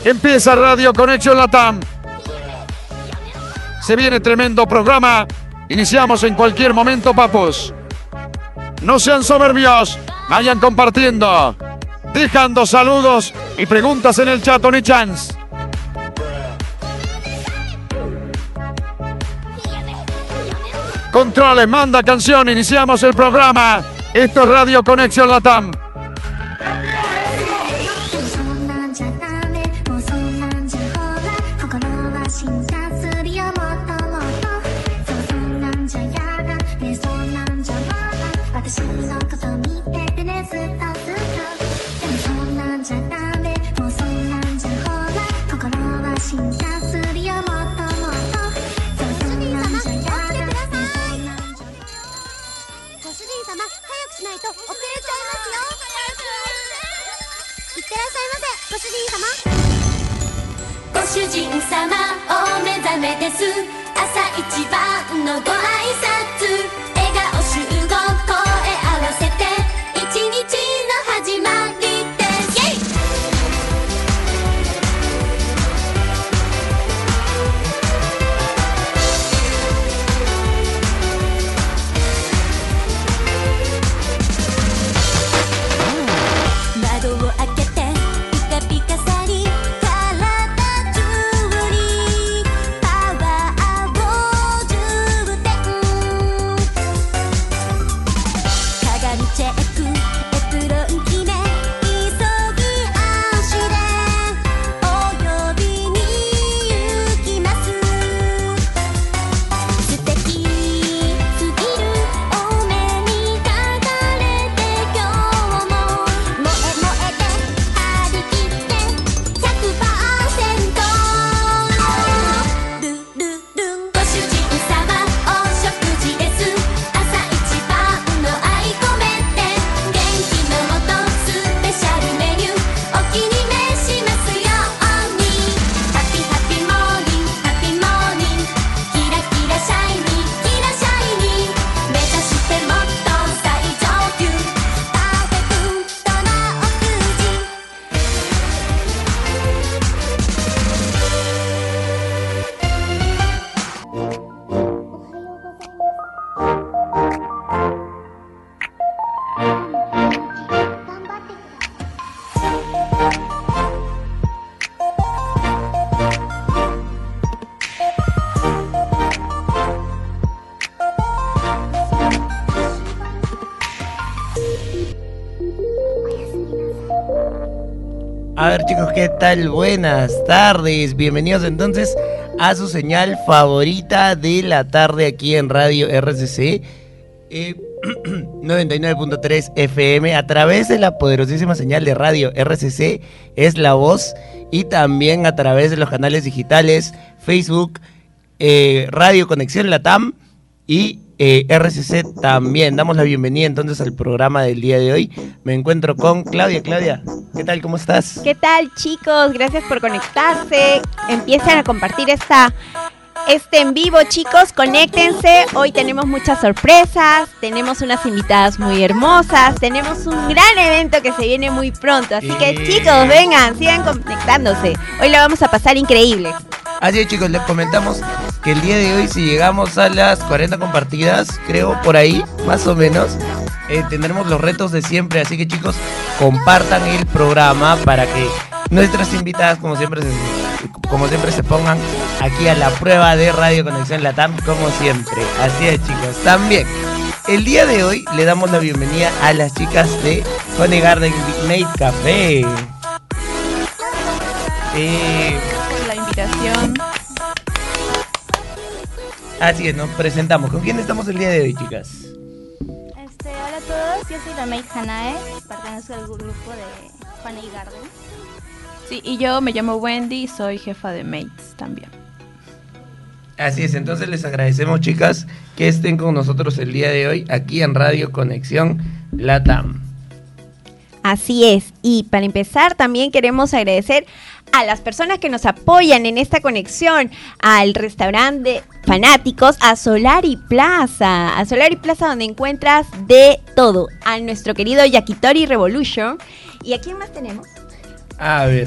Empieza Radio Conexión Latam. Se viene tremendo programa. Iniciamos en cualquier momento, papus. No sean soberbios. Vayan compartiendo. Dejando saludos y preguntas en el chat, Oni Chance. Controles, manda canción. Iniciamos el programa. Esto es Radio Conexión Latam. A ver, chicos, ¿qué tal? Buenas tardes. Bienvenidos entonces a su señal favorita de la tarde aquí en Radio RCC 99.3 FM a través de la poderosísima señal de Radio RCC es la voz, y también a través de los canales digitales Facebook, Radio Conexión Latam y RCC también. Damos la bienvenida entonces al programa del día de hoy. Me encuentro con Claudia. Claudia, ¿qué tal? ¿Cómo estás? ¿Qué tal, chicos? Gracias por conectarse. Empiecen a compartir este en vivo, chicos. Conéctense. Hoy tenemos muchas sorpresas. Tenemos unas invitadas muy hermosas. Tenemos un gran evento que se viene muy pronto. Así que, chicos, vengan, sigan conectándose. Hoy la vamos a pasar increíble. Así es, chicos, les comentamos que el día de hoy, si llegamos a las 40 compartidas, creo por ahí, más o menos, tendremos los retos de siempre. Así que, chicos, compartan el programa para que nuestras invitadas, como siempre se pongan aquí a la prueba de Radio Conexión Latam, como siempre. Así es, chicos. También, el día de hoy le damos la bienvenida a las chicas de Honey Garden Big Mate Café. La invitación. Así es, nos presentamos. ¿Con quién estamos el día de hoy, chicas? Hola a todos, yo soy la Mate Hanae, pertenezco al grupo de Honey Garden. Sí, y yo me llamo Wendy y soy jefa de Mates también. Así es, entonces les agradecemos, chicas, que estén con nosotros el día de hoy aquí en Radio Conexión Latam. Así es, y para empezar también queremos agradecer a las personas que nos apoyan en esta conexión, al restaurante Fanáticos, a Solari Plaza donde encuentras de todo, a nuestro querido Yakitori Revolution. ¿Y a quién más tenemos? A ver.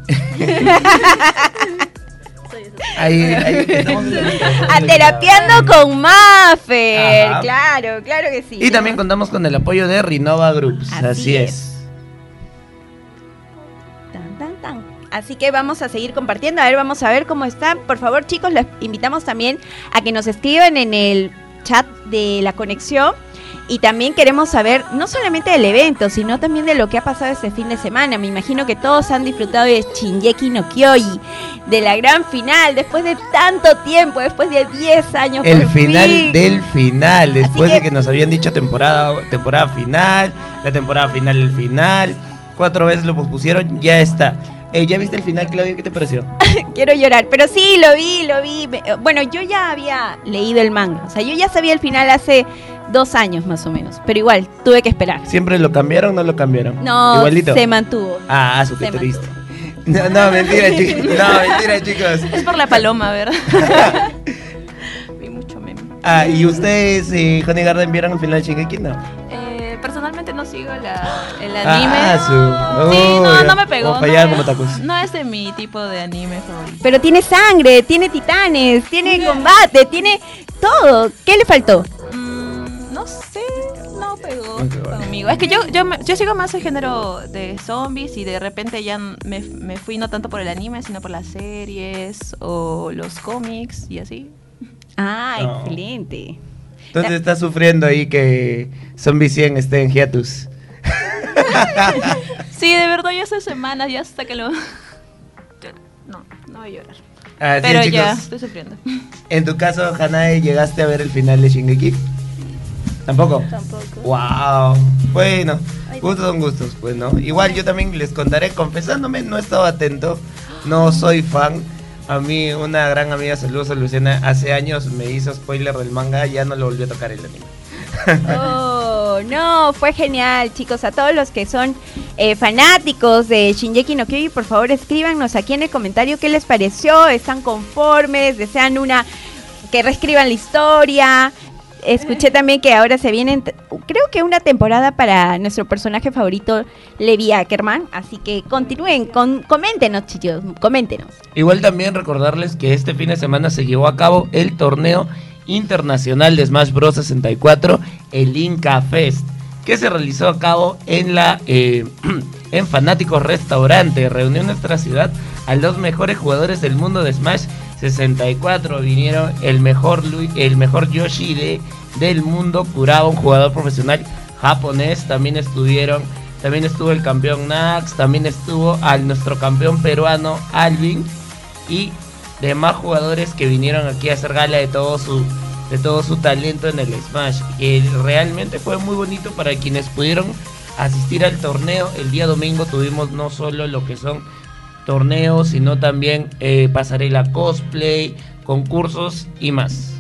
Ahí estamos en la Terapiando con Maffer. Ajá. Claro que sí. Y también contamos con el apoyo de Rinova Groups. Así es. Tan. Así que vamos a seguir compartiendo. A ver, vamos a ver cómo están. Por favor, chicos, les invitamos también a que nos escriban en el chat de la conexión. Y también queremos saber no solamente del evento, sino también de lo que ha pasado este fin de semana. Me imagino que todos han disfrutado de Shingeki no Kyoji, de la gran final, después de tanto tiempo, después de 10 años. El por final fin. del final, después Así de que nos habían dicho temporada final, la temporada final, el final, 4 veces lo pospusieron, ya está. ¿Ya viste el final, Claudia? ¿Qué te pareció? Quiero llorar, pero sí, lo vi. Bueno, yo ya había leído el manga, o sea, yo ya sabía el final hace 2 años más o menos, pero igual, tuve que esperar. ¿Siempre lo cambiaron o no lo cambiaron? No, igualito. se mantuvo. Qué Se triste. No, mentira, chicos. No, mentira, chicos. Es por la paloma, ¿verdad? Vi mucho meme. ¿Y ustedes, Honey Garden, vieron el final de Shingeki? No. Personalmente no sigo el anime. Sí, ya. no me pegó. Como fallar como tacos. No es de mi tipo de anime favorito. Pero tiene sangre, tiene titanes, tiene combate, tiene todo. ¿Qué le faltó? No sé, no pegó No pegó. conmigo. Es que yo sigo más el género de zombies y de repente ya me fui no tanto por el anime, sino por las series o los cómics y así. Ah, No. excelente. Entonces estás sufriendo ahí que Zombie 100 esté en hiatus. Sí, de verdad, ya hace semanas, ya hasta que lo... No voy a llorar. Así Pero es, chicos. ya, estoy sufriendo. En tu caso, Hanae, ¿llegaste a ver el final de Shingeki? ¿Tampoco? Tampoco. Wow. Bueno, gustos son gustos, pues, ¿no? Igual yo también les contaré, confesándome, no he estado atento, no soy fan. A mí una gran amiga, saludos a Luciana, hace años me hizo spoiler del manga, ya no lo volvió a tocar el anime. Oh, no, fue genial, chicos. A todos los que son fanáticos de Shingeki no Kyoji, por favor escríbanos aquí en el comentario qué les pareció, están conformes, desean que reescriban la historia. Escuché también que ahora se vienen, creo que una temporada para nuestro personaje favorito, Levi Ackerman. Así que continúen, coméntenos, chicos, coméntenos. Igual también recordarles que este fin de semana se llevó a cabo el torneo internacional de Smash Bros. 64, el Inca Fest, que se realizó a cabo en en Fanáticos Restaurante. Reunió en nuestra ciudad a los mejores jugadores del mundo de Smash 64. Vinieron el mejor Yoshi del mundo, Kurao, un jugador profesional japonés. También estuvo el campeón Nax, también estuvo nuestro campeón peruano Alvin y demás jugadores que vinieron aquí a hacer gala de todo su talento en el Smash. Realmente fue muy bonito para quienes pudieron asistir al torneo. El día domingo tuvimos no solo lo que son torneos, sino también pasarela cosplay, concursos y más.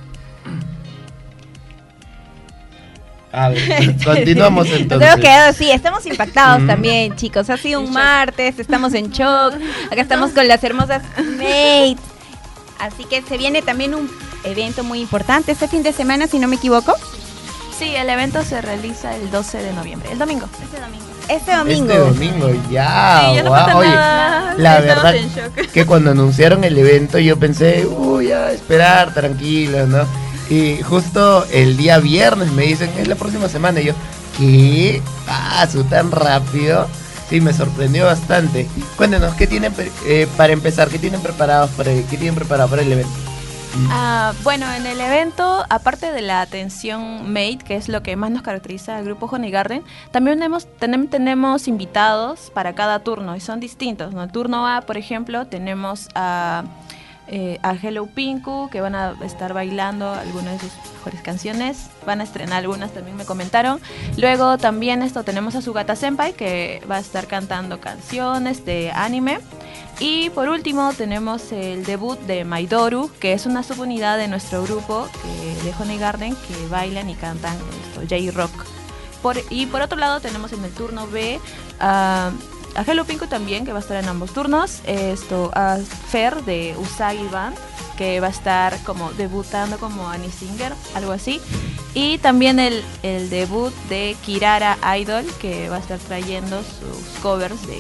A ver, continuamos Nos entonces. hemos quedado, sí, estamos impactados también, chicos. Ha sido un martes, estamos en shock. Acá estamos con las hermosas mates. Así que se viene también un evento muy importante este fin de semana, si no me equivoco. Sí, el evento se realiza el 12 de noviembre, el domingo. Este domingo. Este domingo, ya. Sí, ya no guau. falta Oye, nada. la Estamos verdad en shock. que cuando anunciaron el evento yo pensé, a esperar, tranquilos, ¿no? Y justo el día viernes me dicen, es la próxima semana. Y yo, ¿qué? Tan rápido. Sí, me sorprendió bastante. Cuéntenos, ¿qué tienen para empezar? ¿Qué tienen preparado para el evento? Bueno, en el evento, aparte de la atención mate, que es lo que más nos caracteriza al grupo Honey Garden, también tenemos invitados para cada turno y son distintos, ¿no? El turno A, por ejemplo, tenemos a Hello Pinku, que van a estar bailando algunas de sus mejores canciones, van a estrenar algunas, también me comentaron. Luego también tenemos a Sugata Senpai, que va a estar cantando canciones de anime. Y por último tenemos el debut de Maidoru, que es una subunidad de nuestro grupo de Honey Garden, que bailan y cantan J-Rock. Y por otro lado tenemos en el turno B a Hello Pinku también, que va a estar en ambos turnos. A Fer de Usagi Band, que va a estar como debutando como Annie Singer, algo así. Y también el debut de Kirara Idol, que va a estar trayendo sus covers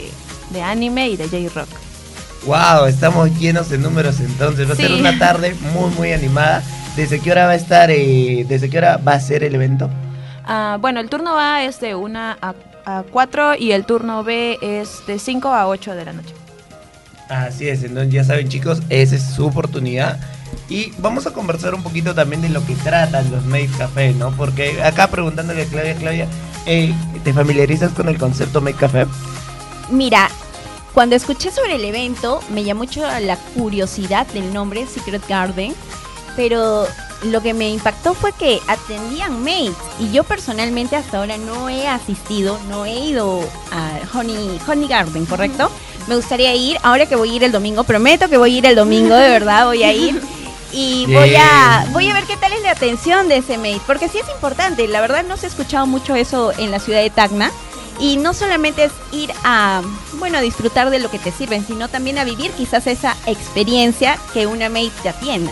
de anime y de J-Rock. Wow, estamos llenos de números entonces. Va a ser Sí. una tarde muy muy animada. ¿Desde qué hora va a estar? ¿Desde qué hora va a ser el evento? Bueno, el turno A es de 1 a 4 y el turno B es de 5 a 8 de la noche. Así es, entonces ya saben chicos, esa es su oportunidad. Y vamos a conversar un poquito también de lo que tratan los Maid Café, ¿no? Porque acá preguntándole a Claudia, ¿te familiarizas con el concepto Maid Café? Mira, cuando escuché sobre el evento, me llamó mucho la curiosidad del nombre Secret Garden, pero lo que me impactó fue que atendían maids y yo personalmente hasta ahora no he asistido, no he ido a Honey Garden, ¿correcto? Me gustaría ir, ahora que voy a ir el domingo, prometo que voy a ir el domingo, de verdad voy a ir. Y voy a ver qué tal es la atención de ese maid, porque sí es importante, la verdad no se ha escuchado mucho eso en la ciudad de Tacna. Y no solamente es ir a disfrutar de lo que te sirven, sino también a vivir quizás esa experiencia que una maid te atienda.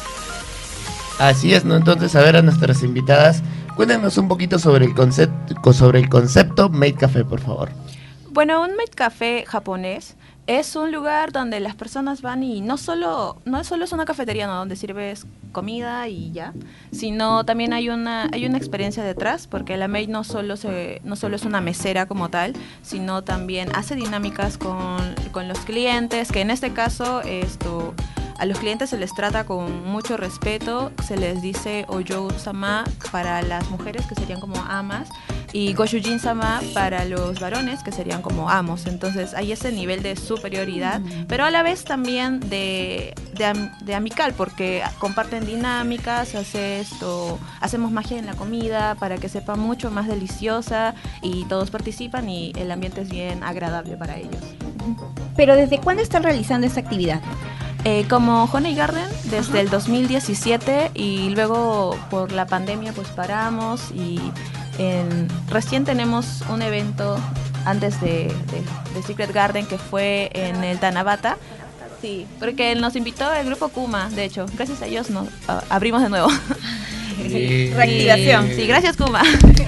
Así es, ¿no? Entonces, a ver a nuestras invitadas, cuéntanos un poquito sobre el concepto Maid Café, por favor. Bueno, un maid café japonés es un lugar donde las personas van y no solo es una cafetería, ¿no? Donde sirves comida y ya, sino también hay una experiencia detrás, porque la maid no solo es una mesera como tal, sino también hace dinámicas con los clientes, que en este caso a los clientes se les trata con mucho respeto, se les dice Oyo-sama para las mujeres, que serían como amas, y Goshujin-sama para los varones, que serían como amos. Entonces hay ese nivel de superioridad, pero a la vez también de amical, porque comparten dinámicas, hacemos magia en la comida para que sepa mucho más deliciosa y todos participan y el ambiente es bien agradable para ellos. Pero ¿desde cuándo están realizando esta actividad? Como Honey Garden desde el 2017 y luego por la pandemia pues paramos y recién tenemos un evento antes de Secret Garden que fue en el Tanabata. Sí, porque nos invitó el grupo Kuma, de hecho, gracias a ellos nos abrimos de nuevo. Reactivación. Sí, gracias Kuma.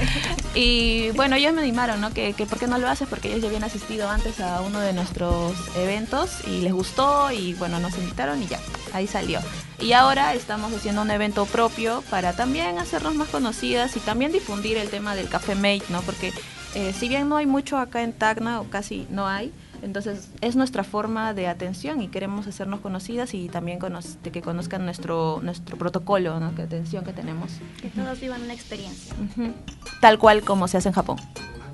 Y bueno, ellos me animaron, ¿no? Que ¿por qué no lo haces? Porque ellos ya habían asistido antes a uno de nuestros eventos y les gustó y bueno, nos invitaron y ya, ahí salió. Y ahora estamos haciendo un evento propio para también hacernos más conocidas y también difundir el tema del café maid, ¿no? Porque si bien no hay mucho acá en Tacna, o casi no hay, entonces es nuestra forma de atención y queremos hacernos conocidas y también que conozcan nuestro protocolo, ¿no? De atención que tenemos. Que todos vivan una experiencia. Ujú. Tal cual como se hace en Japón.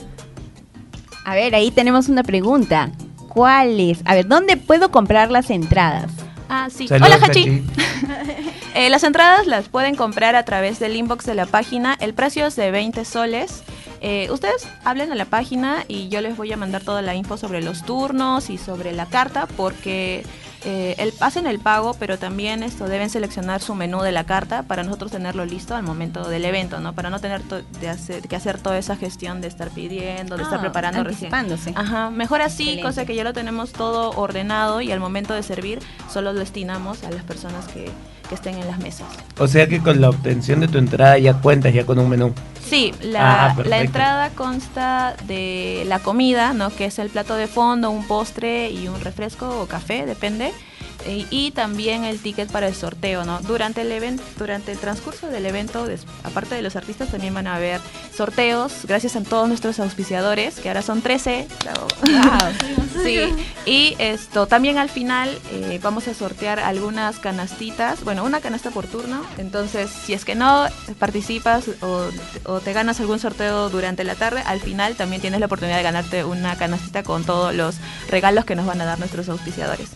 A ver, ahí tenemos una pregunta. ¿Cuál es? A ver, ¿dónde puedo comprar las entradas? Ah, sí. Saludos, Hola, Hachi. Las entradas las pueden comprar a través del inbox de la página. El precio es de 20 soles. Ustedes hablen a la página y yo les voy a mandar toda la info sobre los turnos y sobre la carta porque hacen el pago, pero también deben seleccionar su menú de la carta para nosotros tenerlo listo al momento del evento, ¿no? Para no tener que hacer toda esa gestión de estar pidiendo, de estar preparando recién. Anticipándose. Ajá, mejor así, Excelente. cosa que ya lo tenemos todo ordenado y al momento de servir solo lo destinamos a las personas que estén en las mesas. O sea que con la obtención de tu entrada ya cuentas ya con un menú. Sí, Perfecto. la entrada consta de la comida, ¿no? Que es el plato de fondo, un postre y un refresco o café, depende. Y también el ticket para el sorteo, ¿no? Durante el transcurso del evento, aparte de los artistas, también van a haber sorteos, gracias a todos nuestros auspiciadores, que ahora son 13. Wow. Sí. Y también al final vamos a sortear algunas canastitas, bueno, una canasta por turno. Entonces, si es que no participas o te ganas algún sorteo durante la tarde, al final también tienes la oportunidad de ganarte una canastita con todos los regalos que nos van a dar nuestros auspiciadores.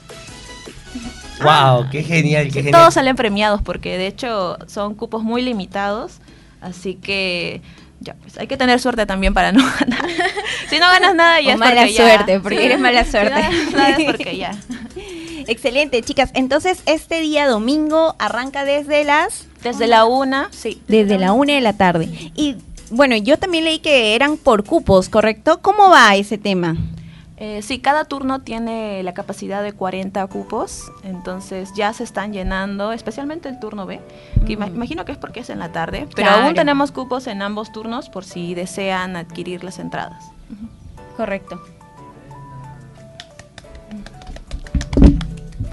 Wow, qué genial, qué genial. Todos salen premiados porque de hecho son cupos muy limitados, así que ya, pues hay que tener suerte también para no ganar. Si no ganas nada ya O es mala porque suerte, ya. porque eres mala suerte. Si no ganas nada es porque ya. Excelente, chicas. Entonces, este día domingo arranca desde Desde la 1, sí. desde la 1 de la tarde. Y bueno, yo también leí que eran por cupos, ¿correcto? ¿Cómo va ese tema? Sí, cada turno tiene la capacidad de 40 cupos, entonces ya se están llenando, especialmente el turno B, que imagino que es porque es en la tarde, pero Claro. aún tenemos cupos en ambos turnos por si desean adquirir las entradas. Correcto.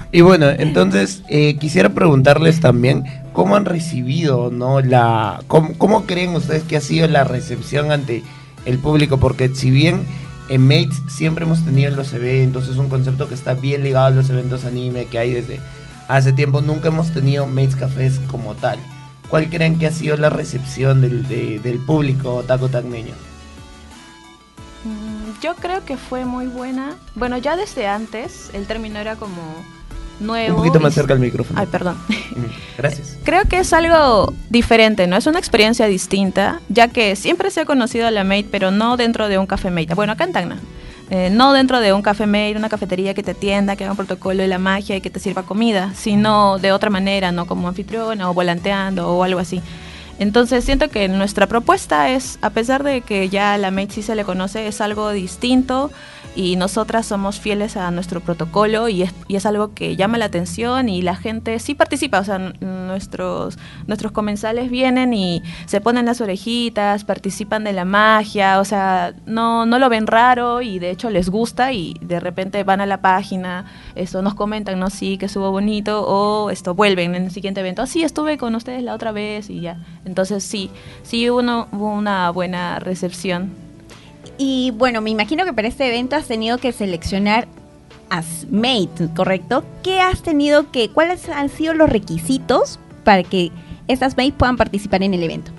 Y bueno, entonces quisiera preguntarles también cómo han recibido, ¿no? ¿Cómo creen ustedes que ha sido la recepción ante el público? Porque si bien en Mates siempre hemos tenido en los eventos, es un concepto que está bien ligado a los eventos anime que hay desde hace tiempo, nunca hemos tenido Mates Cafés como tal. ¿Cuál creen que ha sido la recepción del público otaku tacneño? Yo creo que fue muy buena. Bueno, ya desde antes el término era como nuevo. Un poquito más cerca al micrófono. Ay, perdón. Gracias. Creo que es algo diferente, ¿no? Es una experiencia distinta, ya que siempre se ha conocido a la Mate, pero no dentro de un café Mate. Bueno, acá en Tacna. No dentro de un café Mate, una cafetería que te atienda, que haga un protocolo de la magia y que te sirva comida, sino de otra manera, ¿no? Como anfitriona o volanteando o algo así. Entonces siento que nuestra propuesta es, a pesar de que ya a la Mate sí se le conoce, es algo distinto y nosotras somos fieles a nuestro protocolo y es algo que llama la atención y la gente sí participa, o sea, nuestros comensales vienen y se ponen las orejitas, participan de la magia, o sea, no lo ven raro y de hecho les gusta y de repente van a la página, nos comentan, ¿no? Sí, que estuvo bonito o vuelven en el siguiente evento, sí, estuve con ustedes la otra vez y ya. Entonces sí hubo una buena recepción. Y bueno, me imagino que para este evento has tenido que seleccionar a Mate, ¿correcto? ¿Cuáles han sido los requisitos para que estas Mate puedan participar en el evento?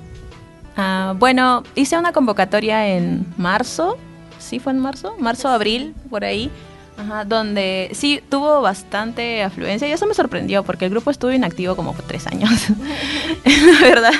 Bueno, hice una convocatoria en marzo, ¿sí fue en marzo? Abril, por ahí. Ajá, donde sí tuvo bastante afluencia y eso me sorprendió porque el grupo estuvo inactivo como por 3 años, la verdad.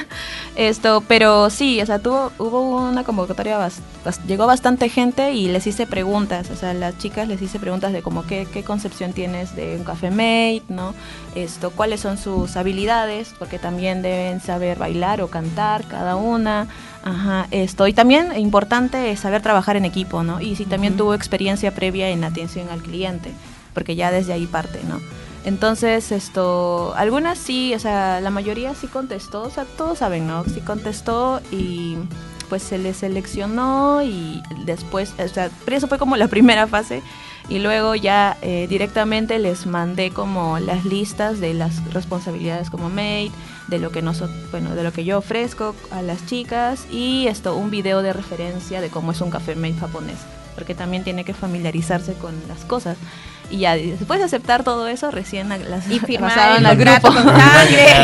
Pero sí, o sea, hubo una convocatoria, llegó bastante gente y les hice preguntas, o sea, las chicas les hice preguntas de como qué concepción tienes de un café Mate, ¿no? Cuáles son sus habilidades, porque también deben saber bailar o cantar cada una. Ajá, y también importante es saber trabajar en equipo, ¿no? Y si también tuvo experiencia previa en atención al cliente, porque ya desde ahí parte, ¿no? Entonces, algunas sí, o sea, la mayoría sí contestó, o sea, todos saben, ¿no? Sí contestó y pues se les seleccionó y después, o sea, pero eso fue como la primera fase y luego ya directamente les mandé como las listas de las responsabilidades como Mate, de lo que de lo que yo ofrezco a las chicas y un video de referencia de cómo es un café Mate japonés, porque también tiene que familiarizarse con las cosas. Y ya después de aceptar todo eso, recién pasaban al grupo con sangre,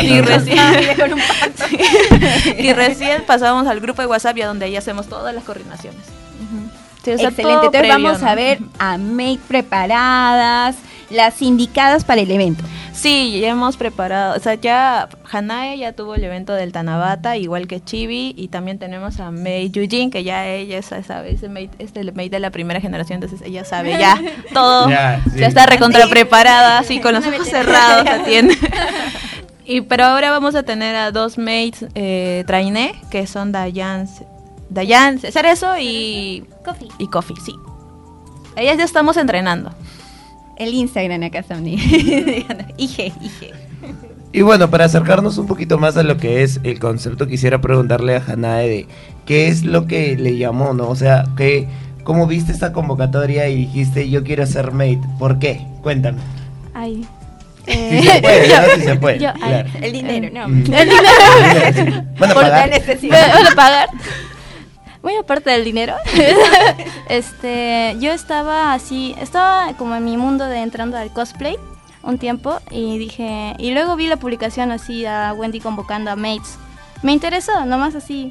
y recién pasábamos al grupo de WhatsApp, ya donde ahí hacemos todas las coordinaciones. Sí, o sea, excelente, todo entonces previo, vamos ¿no? a ver a Mate preparadas, las indicadas para el evento. Sí, ya hemos preparado, o sea, ya Hanae ya tuvo el evento del Tanabata, igual que Chibi, y también tenemos a Mei Yujin, que ya ella sabe, es el Mei de la primera generación, entonces ella sabe ya todo, Ya está recontra preparada, así con los ojos cerrados atiende. Pero ahora vamos a tener a 2 mates trainee, que son Dayan Cerezo y Coffee, sí. Ellas ya estamos entrenando. El Instagram acá está. IG. Y bueno, para acercarnos un poquito más a lo que es el concepto, quisiera preguntarle a Hanae de qué es lo que le llamó, ¿no? O sea, ¿cómo viste esta convocatoria y dijiste yo quiero ser mate? ¿Por qué? Cuéntame. Ay. Si se puede, ¿no? Si se puede. Claro. El dinero, no. El dinero. Bueno, Por la pagar. necesidad. ¿Van a pagar? Muy aparte del dinero, yo estaba como en mi mundo de entrando al cosplay un tiempo y luego vi la publicación así a Wendy convocando a mates. Me interesó, nomás así.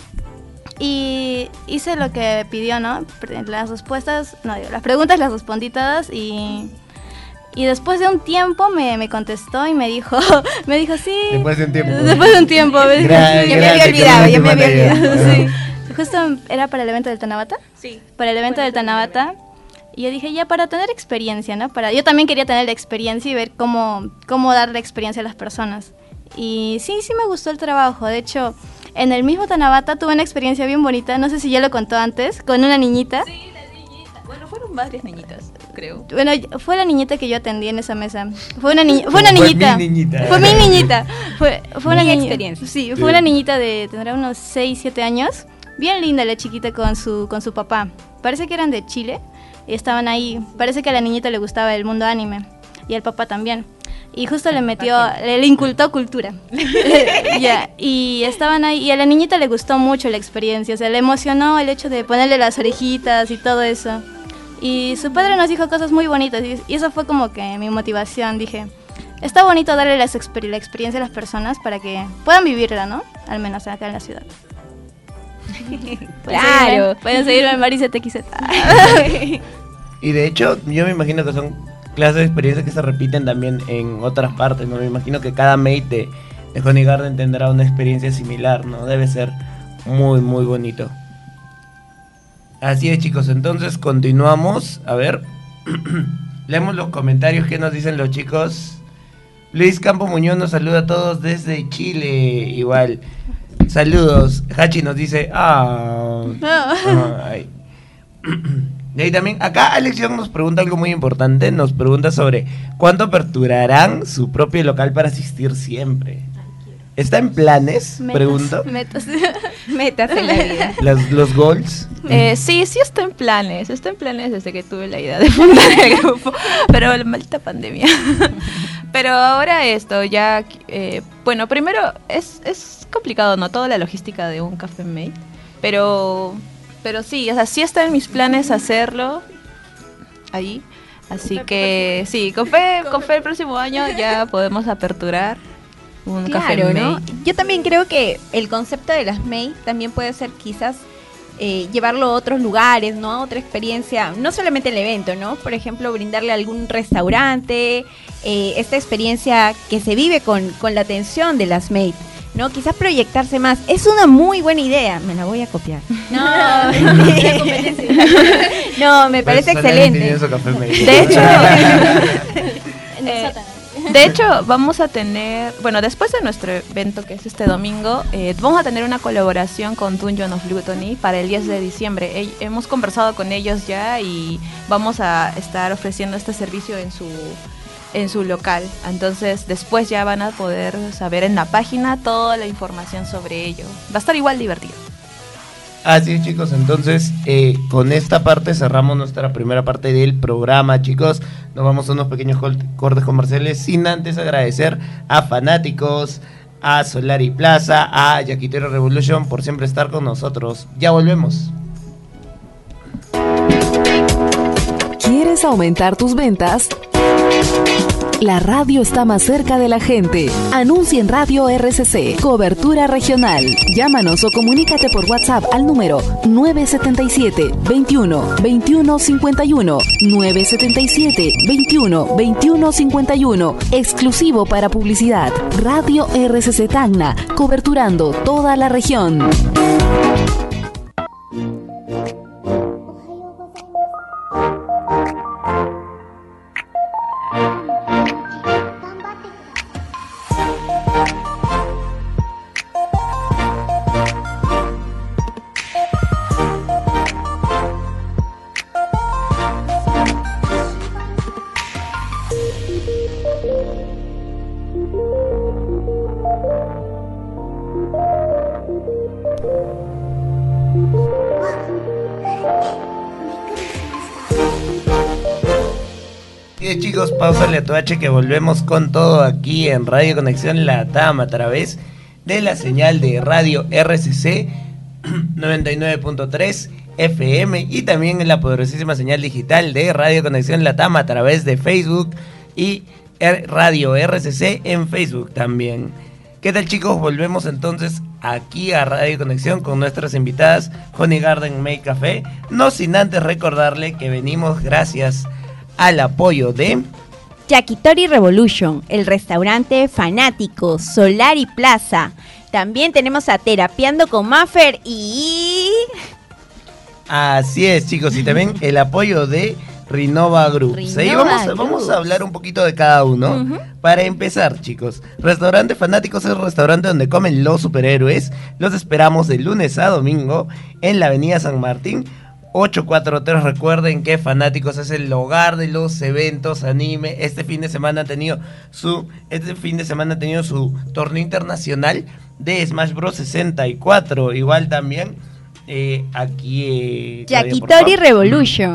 Y hice lo que pidió, ¿no? Las preguntas las respondí todas y después de un tiempo me contestó y me dijo sí. Después de un tiempo. Después de un tiempo. Me dijo, sí. Ya me había olvidado. Sí. Justo era para el evento del Tanabata. Sí. Para el evento del Tanabata. Y yo dije, ya para tener experiencia, ¿no? Yo también quería tener la experiencia y ver cómo dar la experiencia a las personas. Y sí me gustó el trabajo. De hecho, en el mismo Tanabata tuve una experiencia bien bonita. No sé si ya lo contó antes, con una niñita. Sí, la niñita. Bueno, fueron varias niñitas, creo. Bueno, fue la niñita que yo atendí en esa mesa. Fue una niñita. Fue mi niñita. Fue mi niñita. Fue una Mi niña. experiencia. Sí, fue una niñita tendrá unos 6, 7 años. Bien linda la chiquita con su papá. Parece que eran de Chile y estaban ahí. Parece que a la niñita le gustaba el mundo anime. y el papá también. Y justo le incultó cultura. Ya, y estaban ahí, y a la niñita le gustó mucho la experiencia, o sea, le emocionó el hecho de ponerle las orejitas y todo eso. Y su padre nos dijo cosas muy bonitas, y eso fue como que mi motivación. Dije, está bonito darle la experiencia a las personas para que puedan vivirla, ¿no? Al menos acá en la ciudad. Claro. Pueden seguirme en Marisa TXZ. Y de hecho, yo me imagino que son clases de experiencias que se repiten también en otras partes, ¿no? Me imagino que cada mate de Honey Garden tendrá una experiencia similar, ¿no? Debe ser muy, muy bonito. Así es, chicos, entonces continuamos. A ver, leemos los comentarios que nos dicen los chicos. Luis Campo Muñoz nos saluda a todos desde Chile, igual. Saludos. Hachi nos dice, ay. Y ahí también, acá Alex Young nos pregunta algo muy importante, nos pregunta sobre ¿cuándo aperturarán su propio local para asistir siempre? ¿Está en planes? Pregunto. Metas en la vida. Los goals. Sí está en planes desde que tuve la idea de fundar el grupo, pero la maldita pandemia. Pero ahora esto, ya, bueno, primero es complicado, ¿no? Toda la logística de un Café Mate, pero sí, o sea, sí está en mis planes hacerlo ahí, así que sí, con fe el próximo año ya podemos aperturar un Café Claro, Mate. ¿no? Yo también creo que el concepto de las Mate también puede ser quizás llevarlo a otros lugares, ¿no? A otra experiencia, no solamente el evento, ¿no? Por ejemplo, brindarle a algún restaurante esta experiencia que se vive con la atención de las Mate, ¿no? Quizás proyectarse más. Es una muy buena idea. Me la voy a copiar. No, me parece excelente. De hecho, vamos a tener, bueno, después de nuestro evento que es este domingo, vamos a tener una colaboración con Dungeon of Gluttony para el 10 de diciembre. Hemos conversado con ellos ya y vamos a estar ofreciendo este servicio en su local. Entonces después ya van a poder saber en la página toda la información sobre ello. Va a estar igual divertido. Así es, chicos, entonces con esta parte cerramos nuestra primera parte del programa, chicos. Nos vamos a unos pequeños cortes comerciales sin antes agradecer a Fanáticos, a Solari Plaza, a Yaquitero Revolution por siempre estar con nosotros. Ya volvemos. ¿Quieres aumentar tus ventas? La radio está más cerca de la gente. Anuncia en Radio RCC, cobertura regional. Llámanos o comunícate por WhatsApp al número 977 21 21 51 977 21 21 51. Exclusivo para publicidad. Radio RCC Tacna, coberturando toda la región. Bien, chicos, pausa H que volvemos con todo aquí en Radio Conexión Latam a través de la señal de Radio RCC 99.3 FM y también en la poderosísima señal digital de Radio Conexión Latam a través de Facebook y Radio RCC en Facebook también. ¿Qué tal, chicos? Volvemos entonces aquí a Radio Conexión con nuestras invitadas Honey Garden Mate Café, no sin antes recordarle que venimos gracias al apoyo de Yakitori Revolution, el restaurante Fanático, Solari Plaza. También tenemos a Terapiando con Maffer y... Así es, chicos, y también el apoyo de Rinova Group. Sí, vamos a hablar un poquito de cada uno. Para empezar, chicos, Restaurante Fanáticos es el restaurante donde comen los superhéroes. Los esperamos de lunes a domingo en la avenida San Martín 843. Recuerden que Fanáticos es el hogar de los eventos anime. Este fin de semana ha tenido su torneo internacional de Smash Bros 64. Igual también aquí Yakitori Revolution.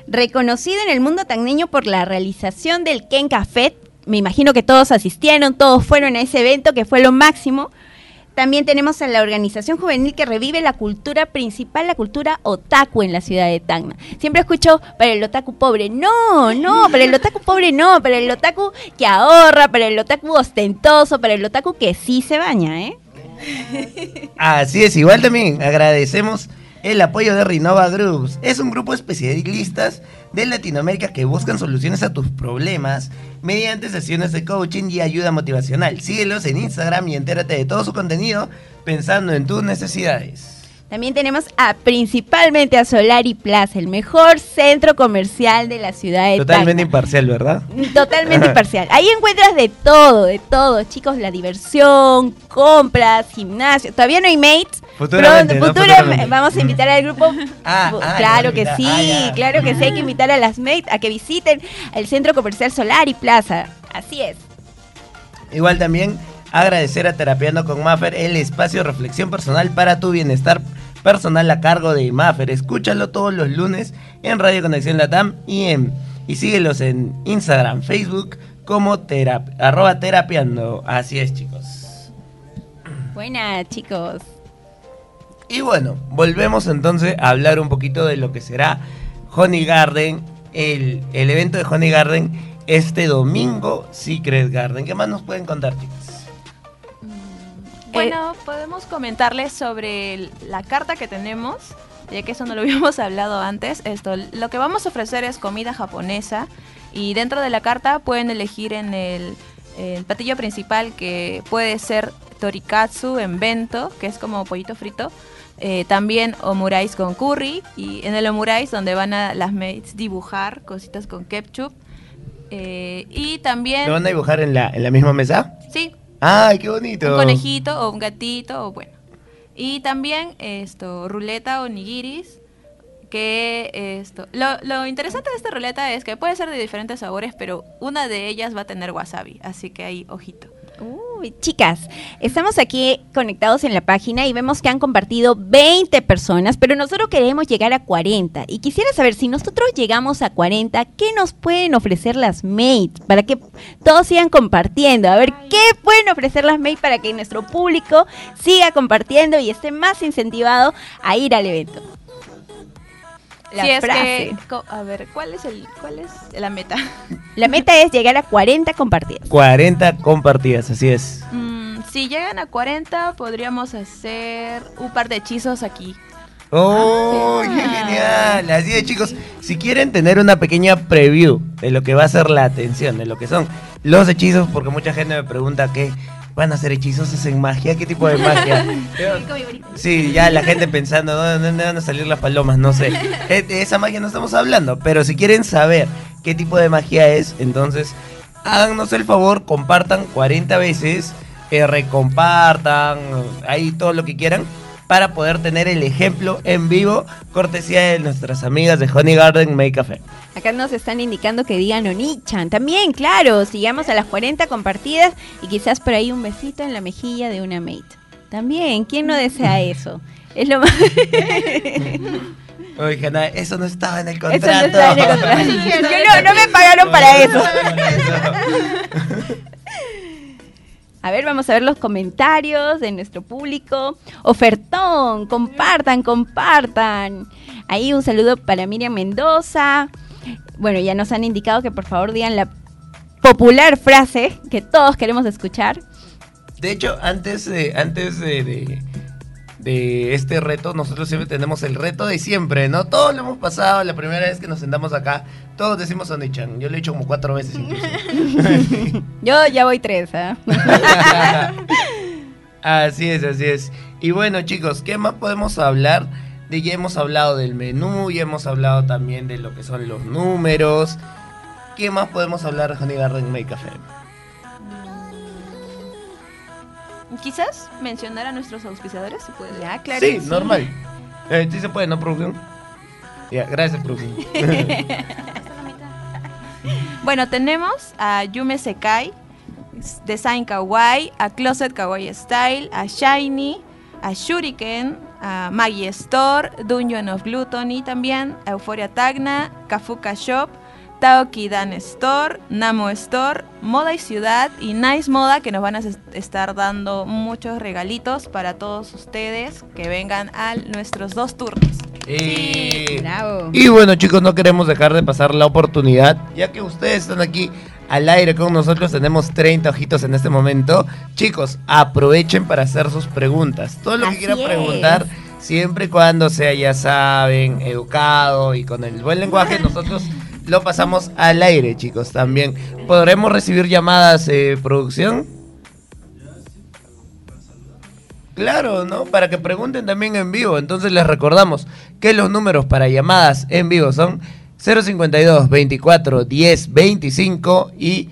reconocido en el mundo tacneño por la realización del Ken Café. Me imagino que todos asistieron, todos fueron a ese evento que fue lo máximo. También tenemos a la organización juvenil que revive la cultura principal, la cultura otaku en la ciudad de Tacna. Siempre escucho, para el otaku pobre. No, para el otaku pobre no, para el otaku que ahorra, para el otaku ostentoso, para el otaku que sí se baña, ¿eh? Así es, igual también agradecemos el apoyo de Renova Groups. Es un grupo de especialistas de Latinoamérica que buscan soluciones a tus problemas mediante sesiones de coaching y ayuda motivacional. Síguelos en Instagram y entérate de todo su contenido pensando en tus necesidades. También tenemos principalmente a Solari Plaza, el mejor centro comercial de la ciudad de Totalmente Tacna. imparcial, ¿verdad? Totalmente imparcial. Ahí encuentras de todo, chicos, la diversión, compras, gimnasio. Todavía no hay mates. Futuramente, Futuramente vamos a invitar al grupo. Claro que ya, sí, claro que sí, hay que invitar a las mates a que visiten el centro comercial Solari Plaza. Así es. Igual también agradecer a Terapiando con Maffer, el espacio de reflexión personal para tu bienestar personal a cargo de Maffer. Escúchalo todos los lunes en Radio Conexión Latam y síguelos en Instagram, Facebook como @terapiando. Así es, chicos. Buena, chicos. Y bueno, volvemos entonces a hablar un poquito de lo que será Honey Garden, el evento de Honey Garden este domingo, Secret Garden. ¿Qué más nos pueden contar, chicos? Bueno, podemos comentarles sobre la carta que tenemos, ya que eso no lo habíamos hablado antes. Lo que vamos a ofrecer es comida japonesa y dentro de la carta pueden elegir en el platillo principal, que puede ser torikatsu en bento, que es como pollito frito. También omurais con curry, y en el omurais donde van a las mates dibujar cositas con ketchup. Y también... ¿Lo van a dibujar en la misma mesa? Sí. ¡Ay, qué bonito! Un conejito o un gatito, o bueno. Y también ruleta o nigiris, que lo interesante de esta ruleta es que puede ser de diferentes sabores, pero una de ellas va a tener wasabi, así que ahí, ojito. Uy, chicas, estamos aquí conectados en la página y vemos que han compartido 20 personas, pero nosotros queremos llegar a 40. Y quisiera saber, si nosotros llegamos a 40, ¿qué nos pueden ofrecer las mates? Para que todos sigan compartiendo. A ver, ¿qué pueden ofrecer las mates para que nuestro público siga compartiendo y esté más incentivado a ir al evento? La Si es frase. que, a ver, ¿cuál es la meta? La meta es llegar a 40 compartidas. 40 compartidas, así es. Si llegan a 40, podríamos hacer un par de hechizos aquí. ¡Oh, qué genial! Así es, chicos, si quieren tener una pequeña preview de lo que va a ser la atención, de lo que son los hechizos, porque mucha gente me pregunta qué van a hacer hechizos, ¿hacen magia? ¿Qué tipo de magia? Sí, ya la gente pensando, ¿dónde van a salir las palomas? No sé. De esa magia no estamos hablando, pero si quieren saber qué tipo de magia es, entonces háganos el favor, compartan 40 veces, recompartan, ahí todo lo que quieran, para poder tener el ejemplo en vivo, cortesía de nuestras amigas de Honey Garden Make Café. Acá nos están indicando que digan Onichan. También, claro, si llegamos a las 40 compartidas y quizás por ahí un besito en la mejilla de una mate. También, ¿quién no desea eso? Es lo más... Oye, Hanna, eso no estaba en el Eso contrato. no está en el contrato. Yo no me pagaron para eso. A ver, vamos a ver los comentarios de nuestro público. Ofertón, compartan. Ahí un saludo para Miriam Mendoza. Bueno, ya nos han indicado que por favor digan la popular frase que todos queremos escuchar. De hecho, antes de este reto, nosotros siempre tenemos el reto de siempre, ¿no? Todos lo hemos pasado, la primera vez que nos sentamos acá, todos decimos Onichan. Yo lo he hecho como 4 veces incluso. Yo ya voy 3, ¿eh? Así es. Y bueno, chicos, ¿qué más podemos hablar? Ya hemos hablado del menú, ya hemos hablado también de lo que son los números. ¿Qué más podemos hablar de Honey Garden Make Café? Quizás mencionar a nuestros auspiciadores, ¿se puede? Ya, claro. Sí, normal. Sí se puede, ¿no, producción? Ya, gracias, producción. Bueno, tenemos a Yume Sekai, Design Kawaii, a Closet Kawaii Style, a Shiny, a Shuriken, Maggie Store, Dungeon of Gluttony también, Euphoria Tacna, Kafuka Shop, Taokidan Store, Namo Store, Moda y Ciudad y Nice Moda, que nos van a estar dando muchos regalitos para todos ustedes que vengan a nuestros 2 turnos. Bravo. Y bueno, chicos, no queremos dejar de pasar la oportunidad, ya que ustedes están aquí al aire con nosotros, tenemos 30 ojitos en este momento. Chicos, aprovechen para hacer sus preguntas. Todo lo que Así quieran es. preguntar, siempre y cuando sea, ya saben, educado y con el buen lenguaje, nosotros lo pasamos al aire, chicos, también. ¿Podremos recibir llamadas, producción? Claro, ¿no? Para que pregunten también en vivo. Entonces les recordamos que los números para llamadas en vivo son 052 24 10 25 y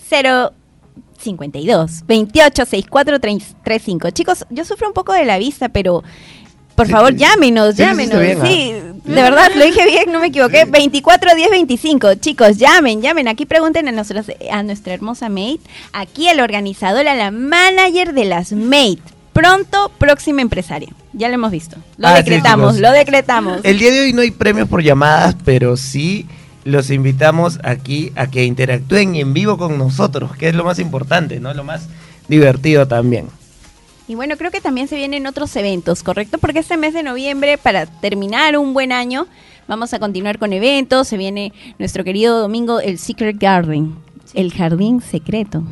052 28 64 35. Chicos, yo sufro un poco de la vista, pero por favor, llámenos. Sí, lo hiciste bien, Sí, de verdad, lo dije bien, no me equivoqué. 24 10 25. Chicos, llamen. Aquí pregunten a nuestra hermosa maid, aquí el organizador, a la manager de las maid. Pronto, próxima empresaria. Ya lo hemos visto. Lo decretamos. El día de hoy no hay premios por llamadas, pero sí los invitamos aquí a que interactúen en vivo con nosotros, que es lo más importante, ¿no? Lo más divertido también. Y bueno, creo que también se vienen otros eventos, ¿correcto? Porque este mes de noviembre, para terminar un buen año, vamos a continuar con eventos. Se viene nuestro querido domingo, el Secret Garden, el jardín secreto.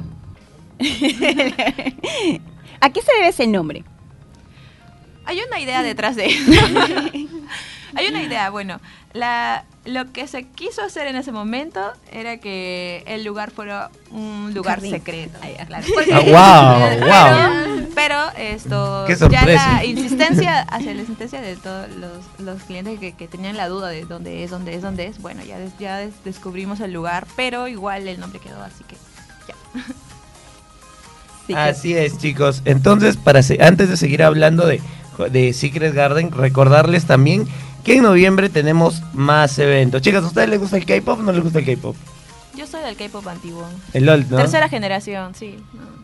¿A qué se debe ese nombre? Hay una idea detrás de eso. Hay una idea, bueno, lo que se quiso hacer en ese momento era que el lugar fuera un lugar Jardín. secreto. Claro. Wow. Pero esto, Qué ya sorpresa. la insistencia de todos los clientes que tenían la duda de dónde es, bueno, ya descubrimos el lugar, pero igual el nombre quedó, así que ya. Sí, Así es, chicos. Entonces, antes de seguir hablando de Secret Garden, recordarles también que en noviembre tenemos más eventos. Chicas, ¿a ustedes les gusta el K-pop o no les gusta el K-pop? Yo soy del K-pop antiguo. El old, ¿no? Tercera generación, sí.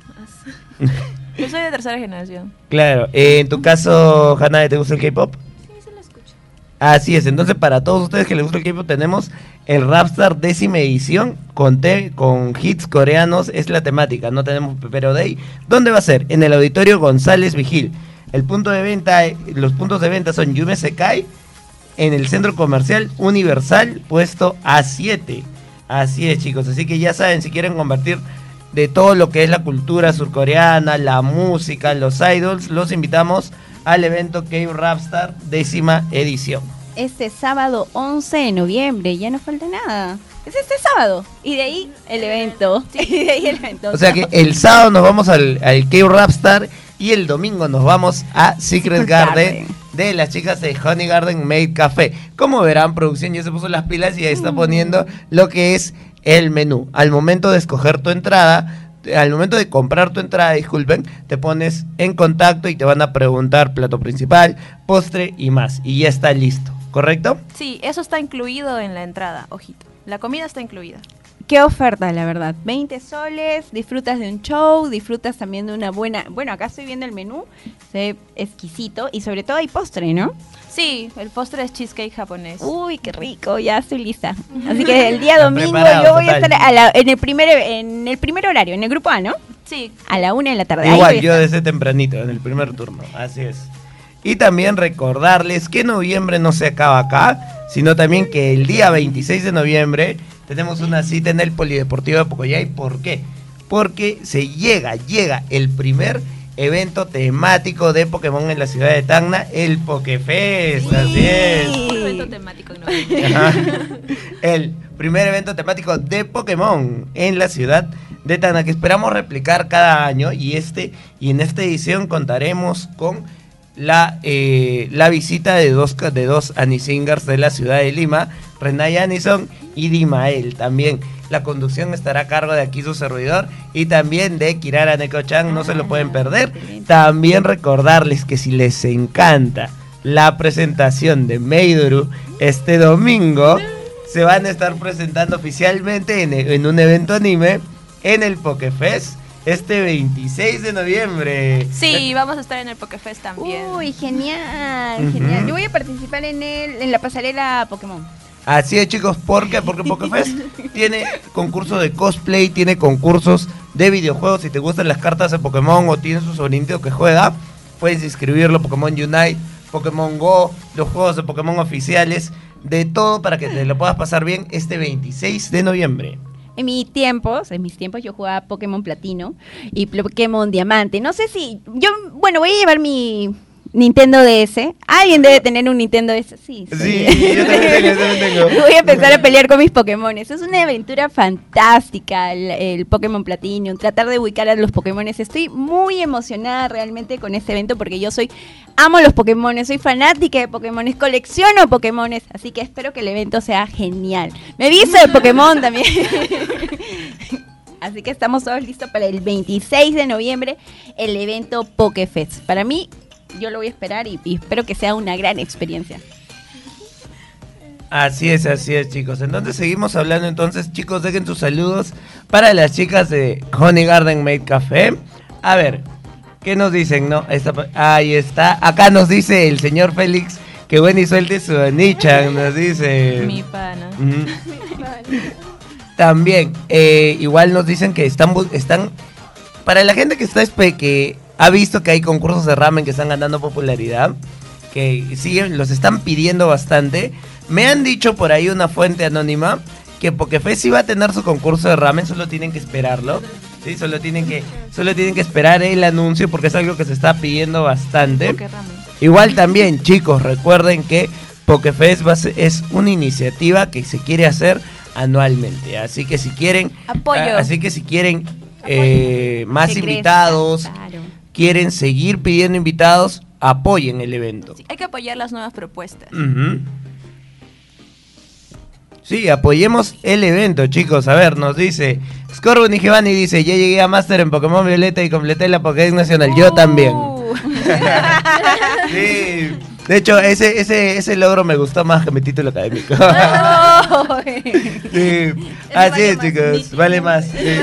Yo soy de tercera generación. Claro. En tu caso, Hanae, ¿te gusta el K-pop? Sí, se lo escucho. Así es. Entonces, para todos ustedes que les gusta el K-pop, tenemos el Rapstar 10ª edición con hits coreanos. Es la temática. No tenemos Pepero Day. ¿Dónde va a ser? En el Auditorio González Vigil. Los puntos de venta son Yume Sekai, en el Centro Comercial Universal, puesto A7. Así es, chicos. Así que ya saben, si quieren convertir de todo lo que es la cultura surcoreana, la música, los idols, los invitamos al evento K-Rapstar 10ª edición. Este sábado 11 de noviembre, ya no falta nada. Es este sábado. Y de ahí el evento. Y de ahí el evento. O sea que el sábado nos vamos al K-Rapstar y el domingo nos vamos a Secret Garden de las chicas de Honey Garden Made Café. Como verán, producción ya se puso las pilas y ya está poniendo lo que es el menú. Al momento de escoger tu entrada, al momento de comprar tu entrada, disculpen, te pones en contacto y te van a preguntar plato principal, postre y más. Y ya está listo, ¿correcto? Sí, eso está incluido en la entrada, ojito. La comida está incluida. Qué oferta, la verdad. 20 soles, disfrutas de un show, disfrutas también de una buena... Bueno, acá estoy viendo el menú, se ve exquisito y sobre todo hay postre, ¿no? Sí, el postre es cheesecake japonés. Uy, qué rico, ya estoy lista. Así que el día domingo preparado, yo voy a total. estar en el primer horario, en el grupo A, ¿no? Sí. A la 1 de la tarde. Ahí voy Igual, a yo estar. desde tempranito, en el primer turno, así es. Y también recordarles que noviembre no se acaba acá, sino también que el día 26 de noviembre tenemos una cita en el Polideportivo de Pocoyay. ¿Por qué? Porque llega el primer evento temático de Pokémon en la ciudad de Tacna, el Pokefest, así es. Un evento temático en noviembre. Ajá. El primer evento temático de Pokémon en la ciudad de Tacna, que esperamos replicar cada año, y en esta edición contaremos con la visita de dos Anisingers de la ciudad de Lima, Renay Anison y Dimael. También la conducción estará a cargo de aquí su servidor y también de Kirara Neko-chan, no se lo pueden perder. También recordarles que si les encanta la presentación de Meidoru este domingo, se van a estar presentando oficialmente en un evento anime en el Pokefest este 26 de noviembre. Sí, vamos a estar en el Pokefest también. Uy, genial, genial. Yo voy a participar en la pasarela Pokémon. Así es, chicos, ¿por qué? Porque Pokefest tiene concursos de cosplay, tiene concursos de videojuegos. Si te gustan las cartas de Pokémon o tienes un sobrinito que juega, puedes inscribirlo. Pokémon Unite, Pokémon Go, los juegos de Pokémon oficiales, de todo para que te lo puedas pasar bien este 26 de noviembre. En mis tiempos yo jugaba Pokémon Platino y Pokémon Diamante. No sé si voy a llevar mi Nintendo DS. Alguien debe tener un Nintendo DS. Sí, yo también tengo. Voy a empezar a pelear con mis Pokémones. Es una aventura fantástica el Pokémon Platinum. Tratar de ubicar a los Pokémones. Estoy muy emocionada realmente con este evento porque amo los Pokémones. Soy fanática de Pokémones. Colecciono Pokémones. Así que espero que el evento sea genial. Me visto de Pokémon también. Así que estamos todos listos para el 26 de noviembre, el evento Pokefest. Para mí, yo lo voy a esperar y espero que sea una gran experiencia. Así es, chicos. Entonces seguimos hablando. Entonces, chicos, dejen sus saludos para las chicas de Honey Garden Maid Café. A ver, ¿qué nos dicen? No, ahí está. Acá nos dice el señor Félix que Wendy suelte su Anichan, nos dice. Mi pana. También, igual nos dicen que están para la gente que ha visto que hay concursos de ramen que están ganando popularidad, que los están pidiendo bastante. Me han dicho por ahí una fuente anónima que Pokefest sí va a tener su concurso de ramen, solo tienen que esperarlo. Sí, solo tienen que esperar el anuncio porque es algo que se está pidiendo bastante. Igual también, chicos, recuerden que Pokefest es una iniciativa que se quiere hacer anualmente, así que si quieren más invitados, claro, quieren seguir pidiendo invitados, apoyen el evento. Sí, hay que apoyar las nuevas propuestas. Sí, apoyemos el evento, chicos. A ver, nos dice Scorbun y Giovanni, dice: ya llegué a Master en Pokémon Violeta y completé la Pokédex Nacional. Yo también. Sí. De hecho, ese logro me gustó más que mi título académico. Sí. Así es, chicos. Vale más. Sí.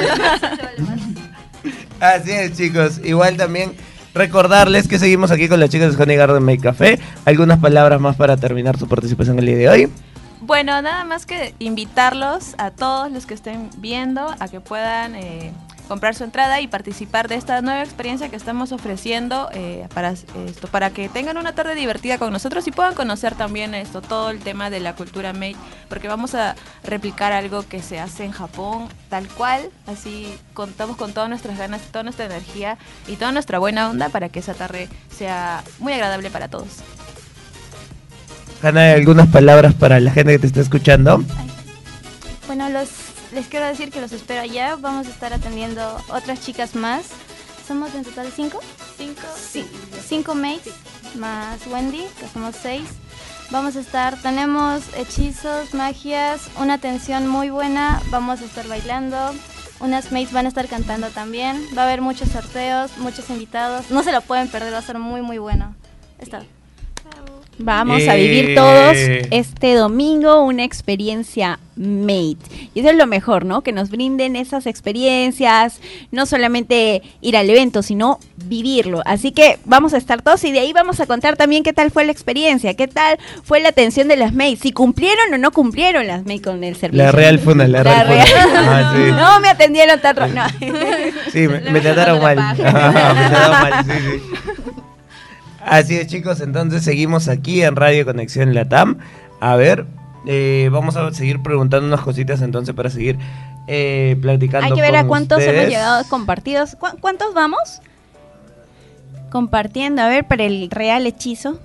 Así es, chicos. Igual también recordarles que seguimos aquí con las chicas de Honey Garden Maid Café. ¿Algunas palabras más para terminar su participación el día de hoy? Bueno, nada más que invitarlos a todos los que estén viendo a que puedan comprar su entrada y participar de esta nueva experiencia que estamos ofreciendo para que tengan una tarde divertida con nosotros y puedan conocer también todo el tema de la cultura maid, porque vamos a replicar algo que se hace en Japón tal cual, así contamos con todas nuestras ganas, toda nuestra energía y toda nuestra buena onda para que esa tarde sea muy agradable para todos. Hanna, ¿algunas palabras para la gente que te está escuchando? Bueno, les quiero decir que los espero allá. Vamos a estar atendiendo otras chicas más. ¿Somos en total 5? Sí. 5 maids más Wendy, que somos 6. Tenemos hechizos, magias, una atención muy buena. Vamos a estar bailando. Unas maids van a estar cantando también. Va a haber muchos sorteos, muchos invitados. No se lo pueden perder, va a ser muy, muy bueno. Está. Vamos a vivir todos este domingo una experiencia maid. Y eso es lo mejor, ¿no? Que nos brinden esas experiencias, no solamente ir al evento, sino vivirlo. Así que vamos a estar todos y de ahí vamos a contar también qué tal fue la experiencia, qué tal fue la atención de las maids, si cumplieron o no cumplieron las maids con el servicio. La Real Funa. Sí. No me atendieron tan no. Sí, me trataron mal. Me trataron mal, sí. Así es, chicos, entonces seguimos aquí en Radio Conexión Latam. A ver, vamos a seguir preguntando unas cositas entonces para seguir platicando. Hay que ver a cuántos ustedes. Hemos llegado compartidos. ¿Cuántos vamos? Compartiendo, a ver, para el real hechizo.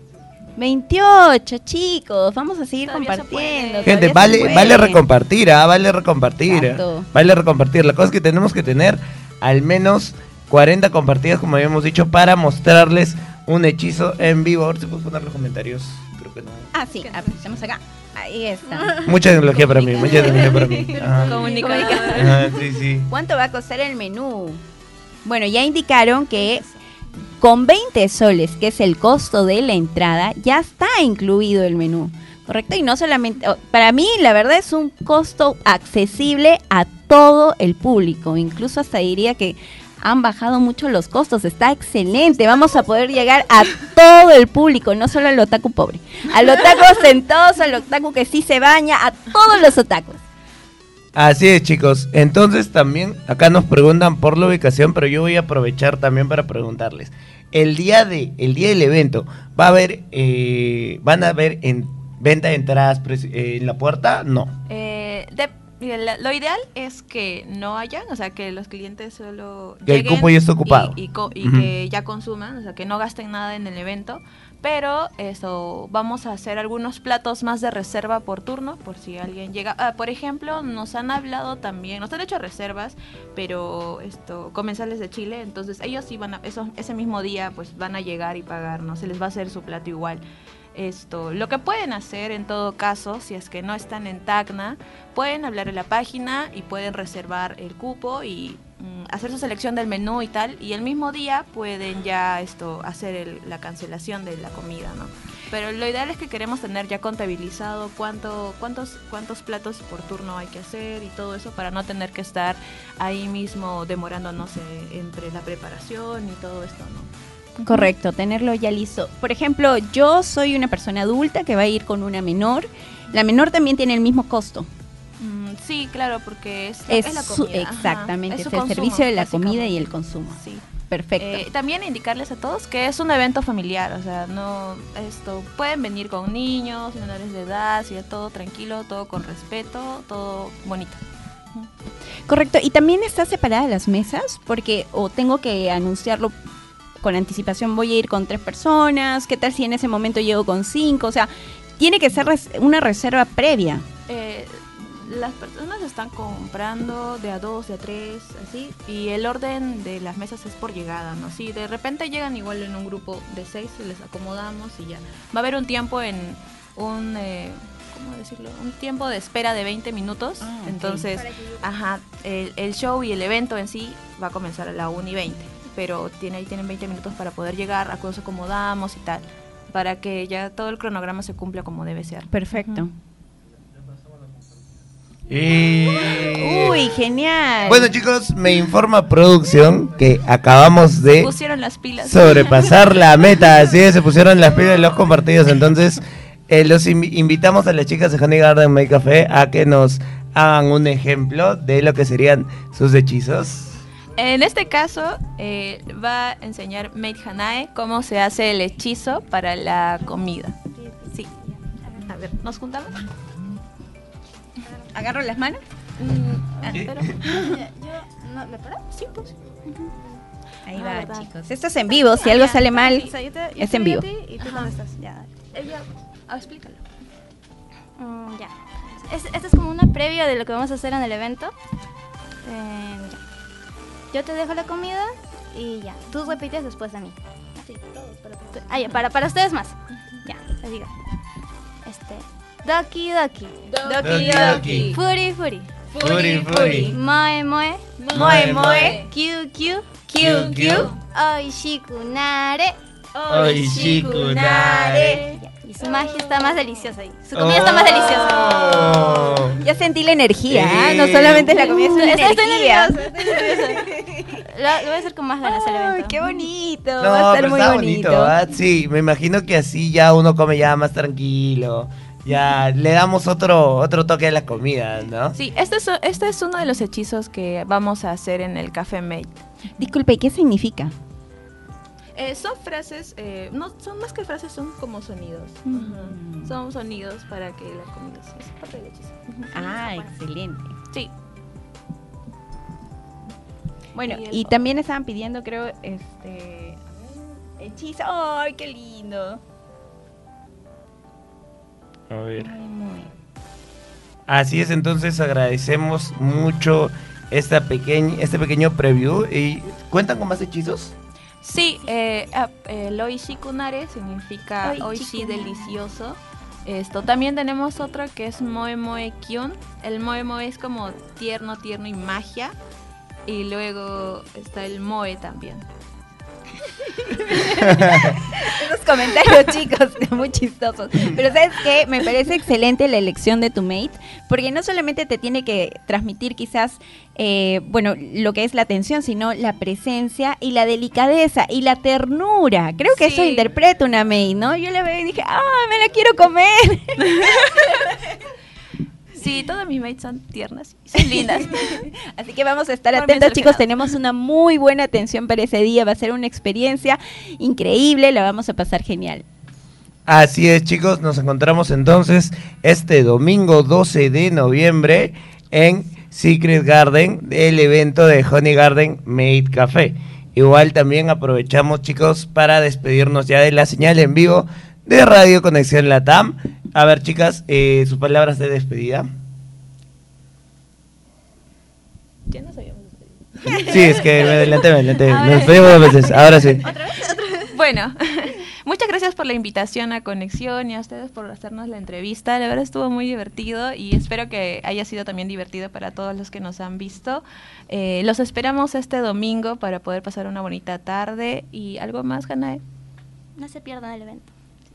28, chicos, vamos a seguir Todavía compartiendo. Gente, vale recompartir, vale recompartir. Exacto. Vale recompartir. La cosa es que tenemos que tener al menos 40 compartidas, como habíamos dicho, para mostrarles un hechizo en vivo. Ahora se pueden poner los comentarios. Creo que no. Ah, sí, estamos acá. Ahí está. Mucha tecnología para mí, Comunicador. Sí. ¿Cuánto va a costar el menú? Bueno, ya indicaron que con 20 soles, que es el costo de la entrada, ya está incluido el menú. Correcto, y no solamente, para mí la verdad es un costo accesible a todo el público, incluso hasta diría que han bajado mucho los costos, está excelente, vamos a poder llegar a todo el público, no solo al otaku pobre, al otaku ostentoso, al otaku que sí se baña, a todos los otakus. Así es, chicos. Entonces también acá nos preguntan por la ubicación, pero yo voy a aprovechar también para preguntarles. El día del evento, ¿va a haber, van a haber en venta de entradas en la puerta? No. Lo ideal es que no hayan, o sea, que los clientes solo Que el lleguen cupo ya esté ocupado. y que ya consuman, o sea, que no gasten nada en el evento. Pero eso, vamos a hacer algunos platos más de reserva por turno, por si alguien llega. Por ejemplo, nos han hablado también, nos han hecho reservas, pero comensales de Chile, entonces ellos sí ese mismo día pues van a llegar y pagar, ¿no? Se les va a hacer su plato igual. Lo que pueden hacer en todo caso, si es que no están en Tacna, pueden hablar en la página y pueden reservar el cupo y hacer su selección del menú y tal, y el mismo día pueden ya hacer la cancelación de la comida, ¿no? Pero lo ideal es que queremos tener ya contabilizado cuántos platos por turno hay que hacer y todo eso para no tener que estar ahí mismo demorándonos entre la preparación y todo esto, ¿no? Correcto, tenerlo ya listo. Por ejemplo, yo soy una persona adulta que va a ir con una menor. La menor también tiene el mismo costo. Sí, claro, porque es la comida. Exactamente, es es su el consumo, servicio de la básicamente. comida y el consumo. Sí. Perfecto. También indicarles a todos que es un evento familiar, o sea, no pueden venir con niños, menores de edad, y todo tranquilo, todo con respeto, todo bonito. Correcto, y también está separada las mesas, porque tengo que anunciarlo con anticipación, voy a ir con 3 personas, ¿qué tal si en ese momento llego con 5? O sea, tiene que ser una reserva previa. Las personas están comprando de a 2, de a 3, así, y el orden de las mesas es por llegada, ¿no? Si de repente llegan igual en un grupo de 6, les acomodamos y ya. Va a haber un tiempo ¿cómo decirlo? Un tiempo de espera de 20 minutos, entonces, el show y el evento en sí va a comenzar a la 1:20, pero tienen 20 minutos para poder llegar, a cuando nos acomodamos y tal, para que ya todo el cronograma se cumpla como debe ser. Perfecto. Uy, genial. Bueno, chicos, me informa producción que acabamos de Pusieron las pilas. sobrepasar la meta, así es, se pusieron las pilas los compartidos, entonces los invitamos a las chicas de Honey Garden Make Café a que nos hagan un ejemplo de lo que serían sus hechizos. En este caso, va a enseñar Maid Hanae cómo se hace el hechizo para la comida. Sí. A ver, ¿nos juntamos? ¿Agarro las manos? Pero... ¿Me paras? Sí, pues. Ahí Ah, va, verdad. chicos. Esto es en vivo, si algo sale mal, O sea, yo es en vivo. ¿Y tú dónde estás? Ya, dale. Ella, explícalo. Ya. Esta es como una previa de lo que vamos a hacer en el evento. Ya. Yo te dejo la comida y ya. Tú repites después de mí. Sí, todos. Ya, para ustedes más. Ya, les digo. Doki Doki. Doki Doki. Furi Furi. Furi Furi. Moe Moe. Moe Moe. Kyu Kyu. Kyu Kyu. Oishiku Nare. Oishiku Nare. Ya, y su magia está más deliciosa ahí. Su comida está más deliciosa. Ya sentí la energía, no solamente es la comida, es la Estoy energía. Lo voy a hacer con más ganas el Ay, evento. qué bonito, No, va a estar pero muy está bonito. ¿verdad? Sí, me imagino que así ya uno come ya más tranquilo. Ya le damos otro toque a la comida, ¿no? Sí, este es uno de los hechizos que vamos a hacer en el Café Maid. Disculpe, ¿qué significa? Son frases, no son más que frases, son como sonidos. Ajá. Son sonidos para que la comida es parte del hechizo. Ah, excelente. Sí. Bueno, Y el- y también estaban pidiendo, creo, hechizo. ¡Ay, qué lindo! A ver. Muy. Así es, entonces agradecemos mucho este pequeño preview. ¿Y cuentan con más hechizos? Sí, el Oishiku Nare significa Oishiku Oishi Nare. delicioso. También tenemos otro que es Moe Moe Kyun. El Moe Moe es como tierno y magia. Y luego está el Moe también. No comentarios, chicos, muy chistosos. Pero ¿sabes qué? Me parece excelente la elección de tu mate, porque no solamente te tiene que transmitir quizás, lo que es la atención, sino la presencia y la delicadeza y la ternura. Creo que eso interpreta una mate, ¿no? Yo la veo y dije, me la quiero comer. Sí, todas mis mates son tiernas y son lindas. Así que vamos a estar atentos, chicos. Tenemos una muy buena atención para ese día. Va a ser una experiencia increíble. La vamos a pasar genial. Así es, chicos. Nos encontramos entonces este domingo 12 de noviembre en Secret Garden, el evento de Honey Garden Made Café. Igual también aprovechamos, chicos, para despedirnos ya de la señal en vivo de Radio Conexión Latam. A ver, chicas, sus palabras de despedida. Ya nos habíamos despedido. Sí, es que me adelanté. Nos despedimos 2 veces, ahora sí. ¿Otra vez? Bueno, muchas gracias por la invitación a Conexión y a ustedes por hacernos la entrevista. La verdad estuvo muy divertido y espero que haya sido también divertido para todos los que nos han visto. Los esperamos este domingo para poder pasar una bonita tarde. ¿Y algo más, Hanae? No se pierdan el evento.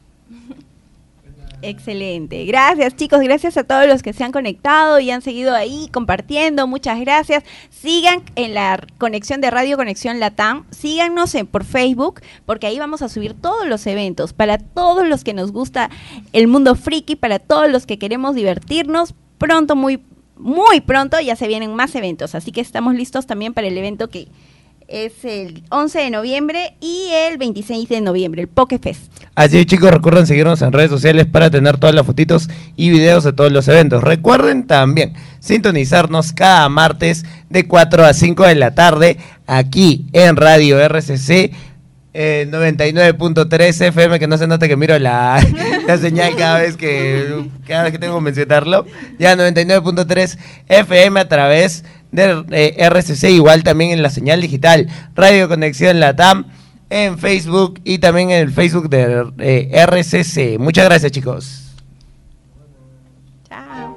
Excelente, gracias chicos, gracias a todos los que se han conectado y han seguido ahí compartiendo, muchas gracias. Sigan en la conexión de Radio Conexión Latam, síganos por Facebook, porque ahí vamos a subir todos los eventos, para todos los que nos gusta el mundo friki, para todos los que queremos divertirnos. Pronto, muy pronto ya se vienen más eventos, así que estamos listos también para el evento que es el 11 de noviembre y el 26 de noviembre, el Pokefest. Así es, chicos, recuerden seguirnos en redes sociales para tener todas las fotitos y videos de todos los eventos. Recuerden también sintonizarnos cada martes de 4 a 5 de la tarde aquí en Radio RCC 99.3 FM, que no se nota que miro la señal cada vez que tengo que mencionarlo. Ya 99.3 FM a través de RCC, igual también en la señal digital Radio Conexión Latam, en Facebook y también en el Facebook de RCC. Muchas gracias, chicos. Chao.